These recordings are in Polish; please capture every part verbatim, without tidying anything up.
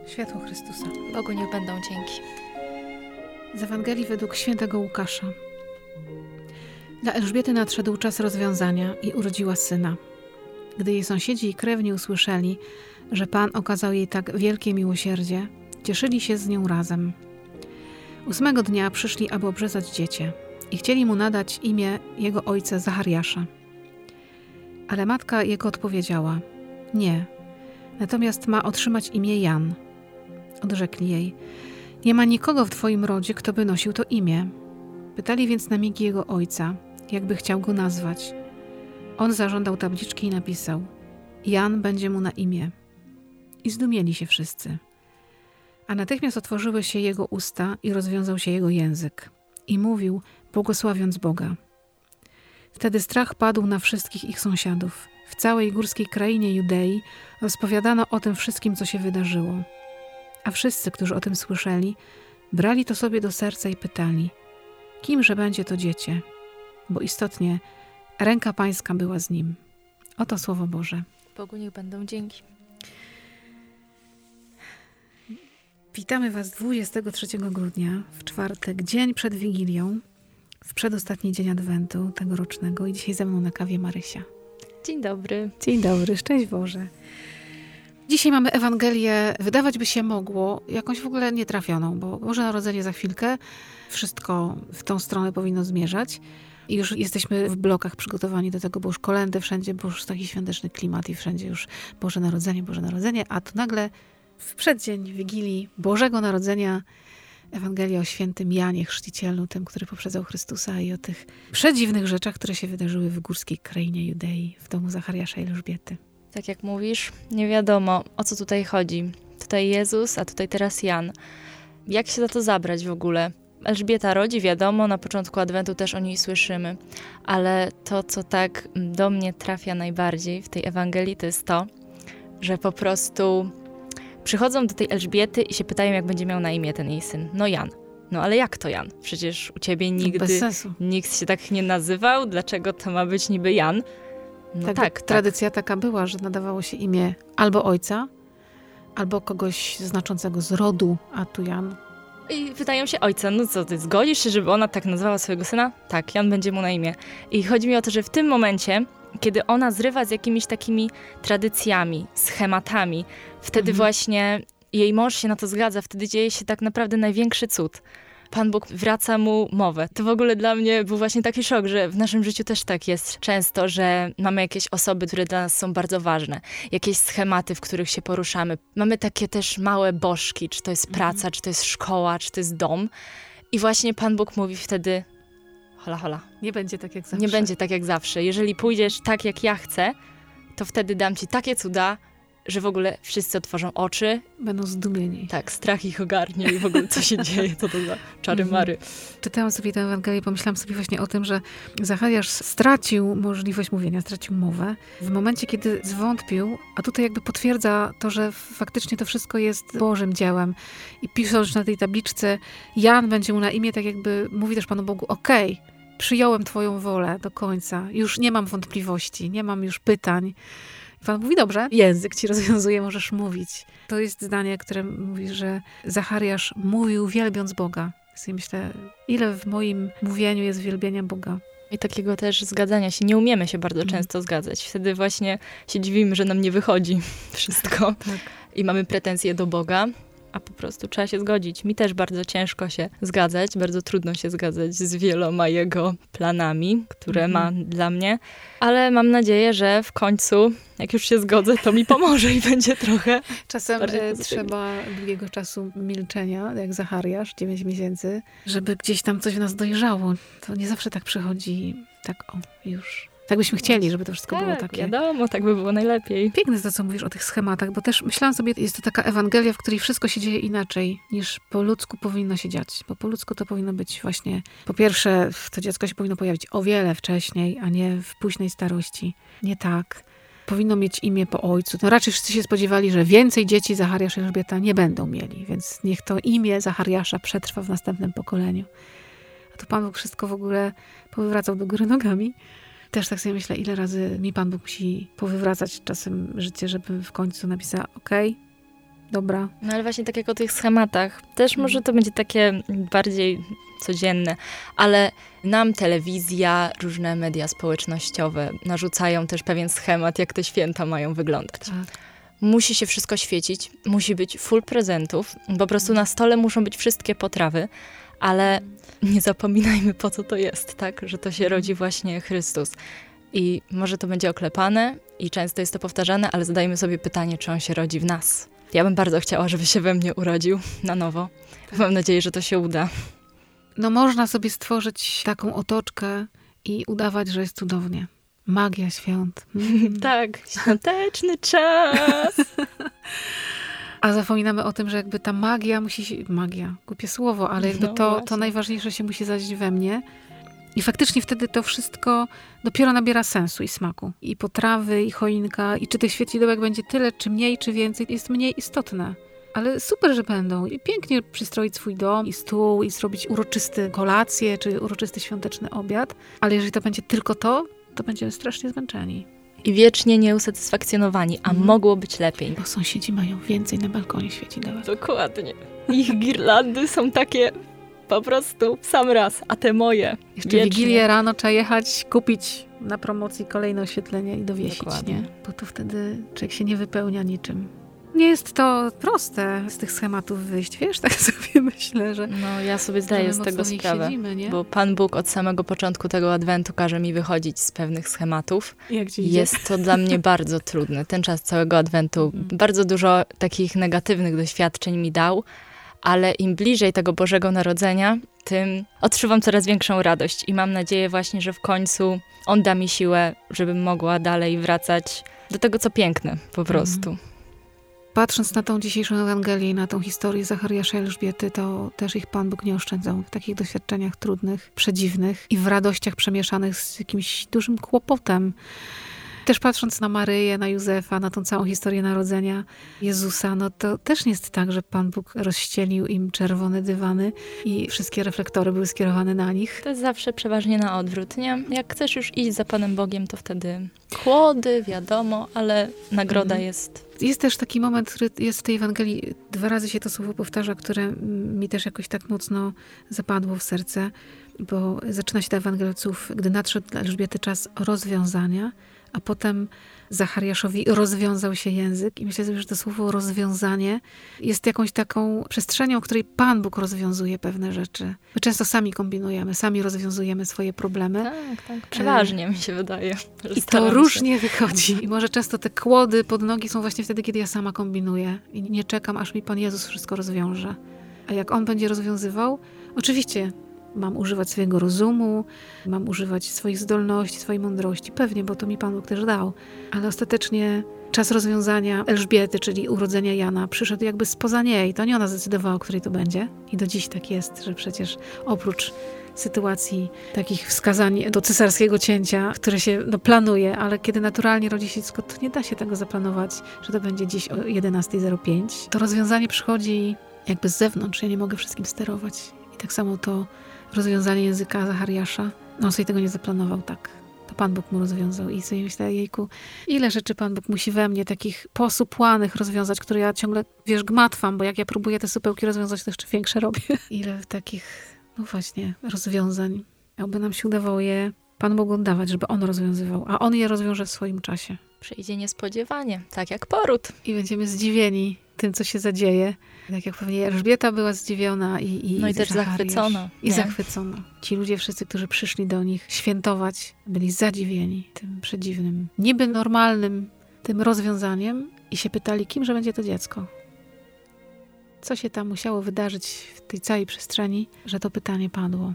Światło Chrystusa. Bogu niech będą dzięki. Z Ewangelii według świętego Łukasza. Dla Elżbiety nadszedł czas rozwiązania i urodziła syna. Gdy jej sąsiedzi i krewni usłyszeli, że Pan okazał jej tak wielkie miłosierdzie, cieszyli się z nią razem. Ósmego dnia przyszli, aby obrzezać dziecię i chcieli mu nadać imię jego ojca Zachariasza. Ale matka jego odpowiedziała: nie, natomiast ma otrzymać imię Jan. Odrzekli jej: nie ma nikogo w twoim rodzie, kto by nosił to imię. Pytali więc na migi jego ojca, jakby chciał go nazwać. On zażądał tabliczki i napisał: Jan będzie mu na imię. I zdumieli się wszyscy. A natychmiast otworzyły się jego usta i rozwiązał się jego język. I mówił, błogosławiąc Boga. Wtedy strach padł na wszystkich ich sąsiadów. W całej górskiej krainie Judei rozpowiadano o tym wszystkim, co się wydarzyło. A wszyscy, którzy o tym słyszeli, brali to sobie do serca i pytali: kimże będzie to dziecię? Bo istotnie ręka Pańska była z nim. Oto Słowo Boże. Bogu niech będą dzięki. Witamy Was dwudziestego trzeciego grudnia, w czwartek, dzień przed Wigilią, w przedostatni dzień Adwentu tegorocznego i dzisiaj ze mną na kawie Marysia. Dzień dobry. Dzień dobry, szczęść Boże. Dzisiaj mamy Ewangelię, wydawać by się mogło, jakąś w ogóle nietrafioną, bo Boże Narodzenie za chwilkę, wszystko w tą stronę powinno zmierzać. I już jesteśmy w blokach przygotowani do tego, bo już kolędy wszędzie, bo już taki świąteczny klimat i wszędzie już Boże Narodzenie, Boże Narodzenie, a tu nagle w przeddzień Wigilii Bożego Narodzenia Ewangelia o świętym Janie Chrzcicielu, tym, który poprzedzał Chrystusa, i o tych przedziwnych rzeczach, które się wydarzyły w górskiej krainie Judei, w domu Zachariasza i Elżbiety. Tak jak mówisz, nie wiadomo, o co tutaj chodzi. Tutaj Jezus, a tutaj teraz Jan. Jak się za to zabrać w ogóle? Elżbieta rodzi, wiadomo, na początku Adwentu też o niej słyszymy, ale to, co tak do mnie trafia najbardziej w tej Ewangelii, to jest to, że po prostu przychodzą do tej Elżbiety i się pytają, jak będzie miał na imię ten jej syn. No Jan. No ale jak to Jan? Przecież u ciebie nigdy nikt się tak nie nazywał. Dlaczego to ma być niby Jan? No tak, tak, tradycja tak. taka była, że nadawało się imię albo ojca, albo kogoś znaczącego z rodu, a tu Jan. I pytają się ojca, no co, ty zgodzisz się, żeby ona tak nazwała swojego syna? Tak, Jan będzie mu na imię. I chodzi mi o to, że w tym momencie, kiedy ona zrywa z jakimiś takimi tradycjami, schematami, wtedy mhm. właśnie jej mąż się na to zgadza, wtedy dzieje się tak naprawdę największy cud. Pan Bóg wraca mu mowę. To w ogóle dla mnie był właśnie taki szok, że w naszym życiu też tak jest często, że mamy jakieś osoby, które dla nas są bardzo ważne. Jakieś schematy, w których się poruszamy. Mamy takie też małe bożki, czy to jest praca, mhm. czy to jest szkoła, czy to jest dom. I właśnie Pan Bóg mówi wtedy: hola, hola. Nie będzie tak jak zawsze. Nie będzie tak jak zawsze. Jeżeli pójdziesz tak, jak ja chcę, to wtedy dam ci takie cuda, że w ogóle wszyscy otworzą oczy. Będą zdumieni. Tak, strach ich ogarnie i w ogóle co się dzieje, to to za czary-mary. Czytałam sobie tę Ewangelię i pomyślałam sobie właśnie o tym, że Zachariasz stracił możliwość mówienia, stracił mowę w momencie, kiedy zwątpił, a tutaj jakby potwierdza to, że faktycznie to wszystko jest Bożym dziełem. I pisząc na tej tabliczce, Jan będzie mu na imię, tak jakby mówi też Panu Bogu: okej, okay, przyjąłem Twoją wolę do końca, już nie mam wątpliwości, nie mam już pytań. Pan mówi: dobrze, język ci rozwiązuje, możesz mówić. To jest zdanie, które mówi, że Zachariasz mówił wielbiąc Boga. I myślę, ile w moim mówieniu jest wielbienia Boga. I takiego też zgadzania się. Nie umiemy się bardzo mm. często zgadzać. Wtedy właśnie się dziwimy, że nam nie wychodzi wszystko. Tak. I mamy pretensje do Boga, a po prostu trzeba się zgodzić. Mi też bardzo ciężko się zgadzać, bardzo trudno się zgadzać z wieloma jego planami, które mm. ma dla mnie, ale mam nadzieję, że w końcu, jak już się zgodzę, to mi pomoże i będzie trochę... Czasem e, trzeba długiego czasu milczenia, jak Zachariasz, dziewięć miesięcy, żeby gdzieś tam coś w nas dojrzało. To nie zawsze tak przychodzi, tak o, już... Tak byśmy chcieli, żeby to wszystko tak, było takie. Wiadomo, tak by było najlepiej. Piękne jest to, co mówisz o tych schematach, bo też myślałam sobie, jest to taka Ewangelia, w której wszystko się dzieje inaczej, niż po ludzku powinno się dziać. Bo po ludzku to powinno być właśnie, po pierwsze, to dziecko się powinno pojawić o wiele wcześniej, a nie w późnej starości. Nie tak. Powinno mieć imię po ojcu. No raczej wszyscy się spodziewali, że więcej dzieci Zachariasz i Elżbieta nie będą mieli, więc niech to imię Zachariasza przetrwa w następnym pokoleniu. A tu Pan Bóg wszystko w ogóle powywracał do góry nogami. Też tak sobie myślę, ile razy mi Pan Bóg musi powywracać czasem życie, żeby w końcu napisała: okej, dobra. No ale właśnie tak jak o tych schematach, też może to będzie takie bardziej codzienne, ale nam telewizja, różne media społecznościowe narzucają też pewien schemat, jak te święta mają wyglądać. Tak. Musi się wszystko świecić, musi być full prezentów, po prostu na stole muszą być wszystkie potrawy, ale nie zapominajmy, po co to jest, tak? Że to się rodzi właśnie Chrystus. I może to będzie oklepane i często jest to powtarzane, ale zadajmy sobie pytanie, czy on się rodzi w nas. Ja bym bardzo chciała, żeby się we mnie urodził na nowo. Mam nadzieję, że to się uda. No można sobie stworzyć taką otoczkę i udawać, że jest cudownie. Magia świąt. Mm. Tak, świąteczny czas. A zapominamy o tym, że jakby ta magia musi się... Magia, głupie słowo, ale jakby No to, właśnie. to najważniejsze się musi zadzieć we mnie. I faktycznie wtedy to wszystko dopiero nabiera sensu i smaku. I potrawy, i choinka, i czy tych świecidełek będzie tyle, czy mniej, czy więcej, jest mniej istotne. Ale super, że będą. I pięknie przystroić swój dom i stół i zrobić uroczysty kolację, czy uroczysty świąteczny obiad. Ale jeżeli to będzie tylko to, to będziemy strasznie zmęczeni. I wiecznie nieusatysfakcjonowani, a Mhm. mogło być lepiej. Bo sąsiedzi mają więcej na balkonie świecidełek. Dokładnie. Ich girlandy są takie po prostu w sam raz, a te moje Jeszcze wiecznie. Wigilię rano trzeba jechać, kupić na promocji kolejne oświetlenie i dowiesić, Dokładnie. nie? Bo to wtedy człowiek się nie wypełnia niczym. Nie jest to proste z tych schematów wyjść, wiesz? Tak sobie myślę, że... No ja sobie że zdaję my z mocno tego w nich sprawę. Siedzimy, nie? Bo Pan Bóg od samego początku tego adwentu każe mi wychodzić z pewnych schematów. Jak ci idzie? Jest to dla mnie bardzo trudne. Ten czas całego adwentu Mhm. bardzo dużo takich negatywnych doświadczeń mi dał, ale im bliżej tego Bożego Narodzenia, tym odczuwam coraz większą radość i mam nadzieję właśnie, że w końcu On da mi siłę, żebym mogła dalej wracać do tego, co piękne po prostu. Patrząc na tą dzisiejszą Ewangelię i na tą historię Zachariasza i Elżbiety, to też ich Pan Bóg nie oszczędzał w takich doświadczeniach trudnych, przedziwnych i w radościach przemieszanych z jakimś dużym kłopotem. Też patrząc na Maryję, na Józefa, na tą całą historię narodzenia Jezusa, no to też nie jest tak, że Pan Bóg rozścielił im czerwone dywany i wszystkie reflektory były skierowane na nich. To jest zawsze przeważnie na odwrót, nie? Jak chcesz już iść za Panem Bogiem, to wtedy chłody, wiadomo, ale nagroda Mhm. jest. Jest też taki moment, który jest w tej Ewangelii, dwa razy się to słowo powtarza, które mi też jakoś tak mocno zapadło w serce, bo zaczyna się ta Ewangelia Ojców, gdy nadszedł dla Elżbiety czas rozwiązania, a potem Zachariaszowi rozwiązał się język i myślę sobie, że to słowo rozwiązanie jest jakąś taką przestrzenią, w której Pan Bóg rozwiązuje pewne rzeczy. My często sami kombinujemy, sami rozwiązujemy swoje problemy. Tak, tak. Przeważnie mi się wydaje. Że I to staram się. różnie wychodzi. I może często te kłody pod nogi są właśnie wtedy, kiedy ja sama kombinuję i nie czekam, aż mi Pan Jezus wszystko rozwiąże. A jak On będzie rozwiązywał, oczywiście mam używać swojego rozumu, mam używać swoich zdolności, swojej mądrości. Pewnie, bo to mi Pan Bóg też dał. Ale ostatecznie czas rozwiązania Elżbiety, czyli urodzenia Jana, przyszedł jakby spoza niej. To nie ona zdecydowała, o której to będzie. I do dziś tak jest, że przecież oprócz sytuacji takich wskazań do cesarskiego cięcia, które się no, planuje, ale kiedy naturalnie rodzi się dziecko, to nie da się tego zaplanować, że to będzie dziś o jedenasta zero pięć. To rozwiązanie przychodzi jakby z zewnątrz. Ja nie mogę wszystkim sterować. I tak samo to rozwiązanie języka Zachariasza, no on sobie tego nie zaplanował tak. To Pan Bóg mu rozwiązał i sobie myślę, jejku, ile rzeczy Pan Bóg musi we mnie takich posupłanych rozwiązać, które ja ciągle, wiesz, gmatwam, bo jak ja próbuję te supełki rozwiązać, to jeszcze większe robię. Ile takich, no właśnie, rozwiązań. Jakby nam się udawało je Panu Bogu oddawać, żeby On rozwiązywał, a On je rozwiąże w swoim czasie. Przyjdzie niespodziewanie, tak jak poród. I będziemy zdziwieni tym, co się zadzieje. Tak jak pewnie Elżbieta była zdziwiona i, i No i też Zachariasz. zachwycona. I nie? zachwycona. Ci ludzie wszyscy, którzy przyszli do nich świętować, byli zadziwieni tym przedziwnym, niby normalnym tym rozwiązaniem i się pytali, kimże będzie to dziecko. Co się tam musiało wydarzyć w tej całej przestrzeni, że to pytanie padło.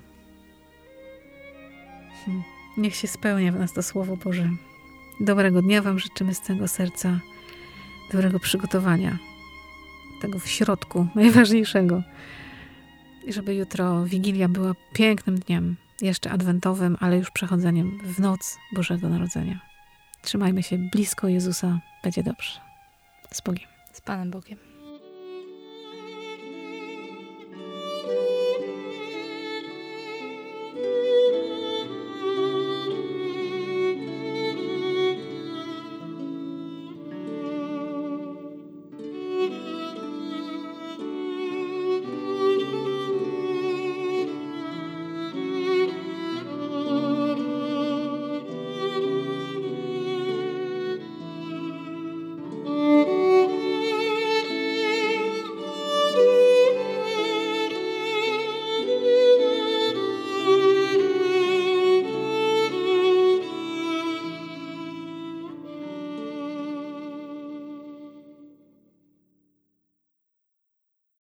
Hm. Niech się spełnia w nas to Słowo Boże. Dobrego dnia Wam życzymy z całego serca. Dobrego przygotowania. Tego w środku, najważniejszego. I żeby jutro Wigilia była pięknym dniem, jeszcze adwentowym, ale już przechodzeniem w noc Bożego Narodzenia. Trzymajmy się blisko Jezusa, będzie dobrze. Z Bogiem. Z Panem Bogiem.